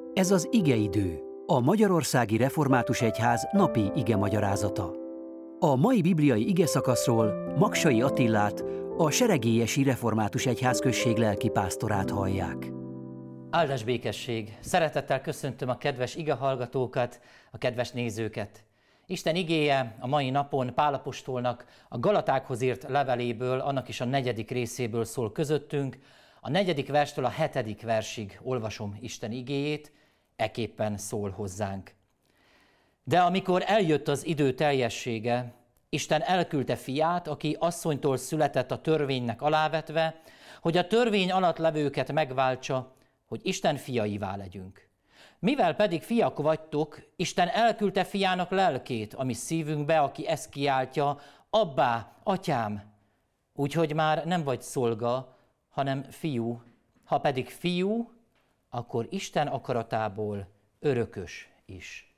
Ez az igeidő, a Magyarországi Református Egyház napi igemagyarázata. A mai bibliai igeszakaszról Maksai Attillát, a Seregélyesi Református Egyházközség lelkipásztorát hallják. Áldás békesség! Szeretettel köszöntöm a kedves igehallgatókat, a kedves nézőket. Isten igéje a mai napon Pál apostolnak a Galatákhoz írt leveléből, annak is a 4. részéből szól közöttünk. A 4. verstől a 7. versig olvasom Isten igéjét, eképpen szól hozzánk. De amikor eljött az idő teljessége, Isten elküldte fiát, aki asszonytól született a törvénynek alávetve, hogy a törvény alatt levőket megváltsa, hogy Isten fiaivá legyünk. Mivel pedig fiak vagytok, Isten elküldte fiának lelkét, ami szívünkbe, aki ezt kiáltja, Abbá, atyám! Úgyhogy már nem vagy szolga, hanem fiú. Ha pedig fiú, akkor Isten akaratából örökös is.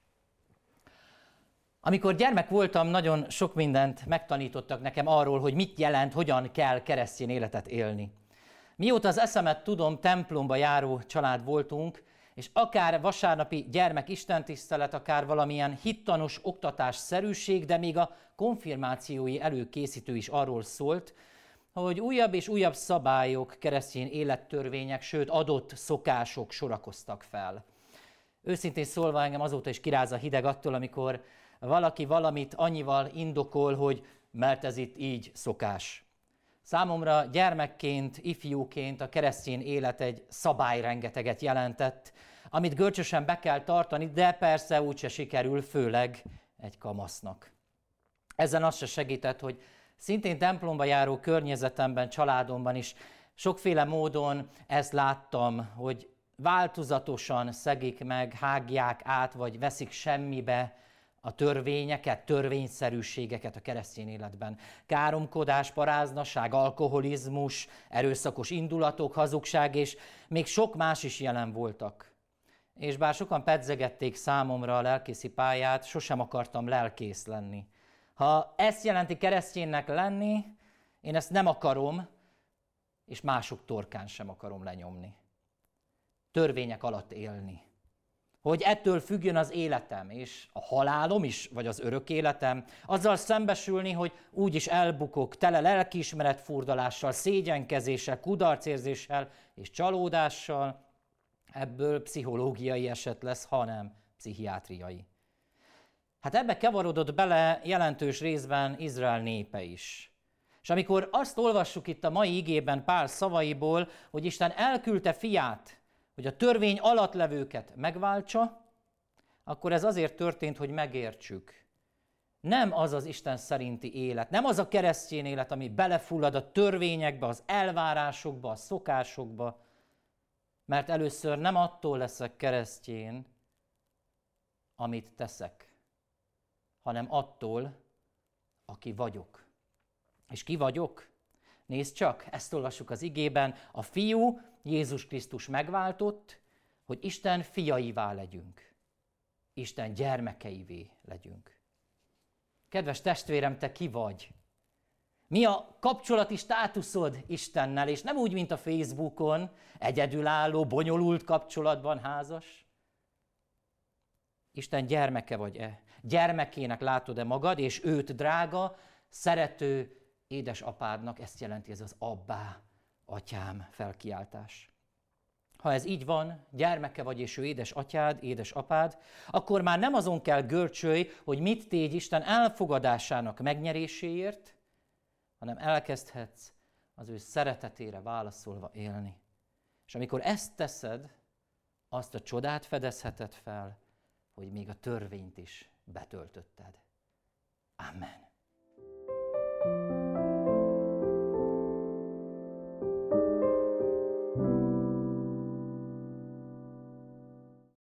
Amikor gyermek voltam, nagyon sok mindent megtanítottak nekem arról, hogy mit jelent, hogyan kell keresztény életet élni. Mióta az eszemet tudom, templomba járó család voltunk, és akár vasárnapi gyermek istentisztelet, akár valamilyen hittanos oktatásszerűség, de még a konfirmációi előkészítő is arról szólt, hogy újabb és újabb szabályok, keresztény élettörvények, sőt adott szokások sorakoztak fel. Őszintén szólva engem azóta is kiráz a hideg attól, amikor valaki valamit annyival indokol, hogy mert ez itt így szokás. Számomra gyermekként, ifjúként a keresztény élet egy szabályrengeteget jelentett, amit görcsösen be kell tartani, de persze úgyse sikerül, főleg egy kamasznak. Ezen az se segített, hogy szintén templomba járó környezetemben, családomban is sokféle módon ezt láttam, hogy változatosan szegik meg, hágják át, vagy veszik semmibe a törvényeket, törvényszerűségeket a keresztény életben. Káromkodás, paráznaság, alkoholizmus, erőszakos indulatok, hazugság, és még sok más is jelen voltak. És bár sokan pedzegették számomra a lelkészi pályát, sosem akartam lelkész lenni. Ha ezt jelenti kereszténynek lenni, én ezt nem akarom, és mások torkán sem akarom lenyomni. Törvények alatt élni. Hogy ettől függjön az életem, és a halálom is, vagy az örök életem, azzal szembesülni, hogy úgyis elbukok, tele lelkiismeretfurdalással, szégyenkezéssel, kudarcérzéssel és csalódással, ebből pszichológiai eset lesz, hanem pszichiátriai. Hát ebbe kevarodott bele jelentős részben Izrael népe is. És amikor azt olvassuk itt a mai igében Pál szavaiból, hogy Isten elküldte fiát, hogy a törvény alatt levőket megváltsa, akkor ez azért történt, hogy megértsük. Nem az az Isten szerinti élet, nem az a keresztény élet, ami belefullad a törvényekbe, az elvárásokba, a szokásokba, mert először nem attól leszek keresztény, amit teszek, hanem attól, aki vagyok. És ki vagyok? Nézd csak, ezt olvassuk az igében, a fiú, Jézus Krisztus megváltott, hogy Isten fiaivá legyünk. Isten gyermekeivé legyünk. Kedves testvérem, te ki vagy? Mi a kapcsolati státuszod Istennel, és nem úgy, mint a Facebookon, egyedülálló, bonyolult kapcsolatban házas? Isten gyermeke vagy-e? Gyermekének látod-e magad, és őt drága, szerető édesapádnak, ezt jelenti ez az Abbá, atyám felkiáltás. Ha ez így van, gyermeke vagy és ő édesatyád, édesapád, akkor már nem azon kell görcsölj, hogy mit tégy Isten elfogadásának megnyeréséért, hanem elkezdhetsz az ő szeretetére válaszolva élni. És amikor ezt teszed, azt a csodát fedezheted fel, hogy még a törvényt is betöltötted. Amen.